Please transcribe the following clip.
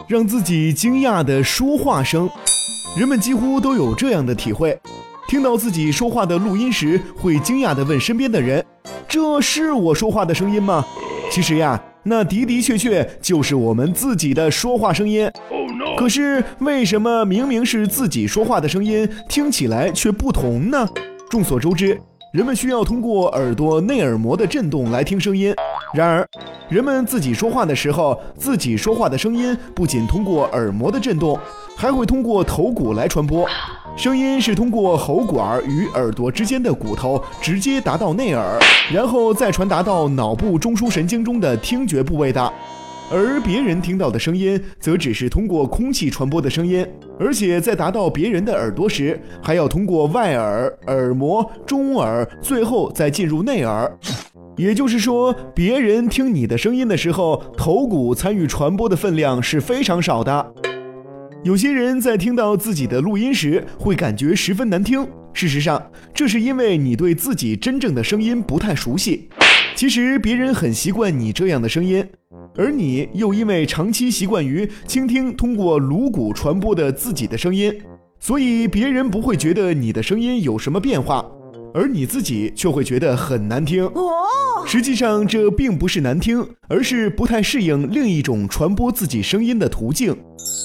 让自己惊讶的说话声。人们几乎都有这样的体会，听到自己说话的录音时，会惊讶地问身边的人：这是我说话的声音吗？其实呀，那的的确确就是我们自己的说话声音。可是为什么明明是自己说话的声音，听起来却不同呢？众所周知，人们需要通过耳朵内耳膜的震动来听声音。然而，人们自己说话的时候，自己说话的声音不仅通过耳膜的震动，还会通过头骨来传播。声音是通过喉管与耳朵之间的骨头直接达到内耳，然后再传达到脑部中枢神经中的听觉部位的。而别人听到的声音则只是通过空气传播的声音，而且在达到别人的耳朵时，还要通过外耳、耳膜、中耳，最后再进入内耳。也就是说，别人听你的声音的时候，头骨参与传播的分量是非常少的。有些人在听到自己的录音时，会感觉十分难听。事实上，这是因为你对自己真正的声音不太熟悉。其实别人很习惯你这样的声音，而你又因为长期习惯于倾听通过颅骨传播的自己的声音，所以别人不会觉得你的声音有什么变化，而你自己却会觉得很难听。实际上这并不是难听，而是不太适应另一种传播自己声音的途径。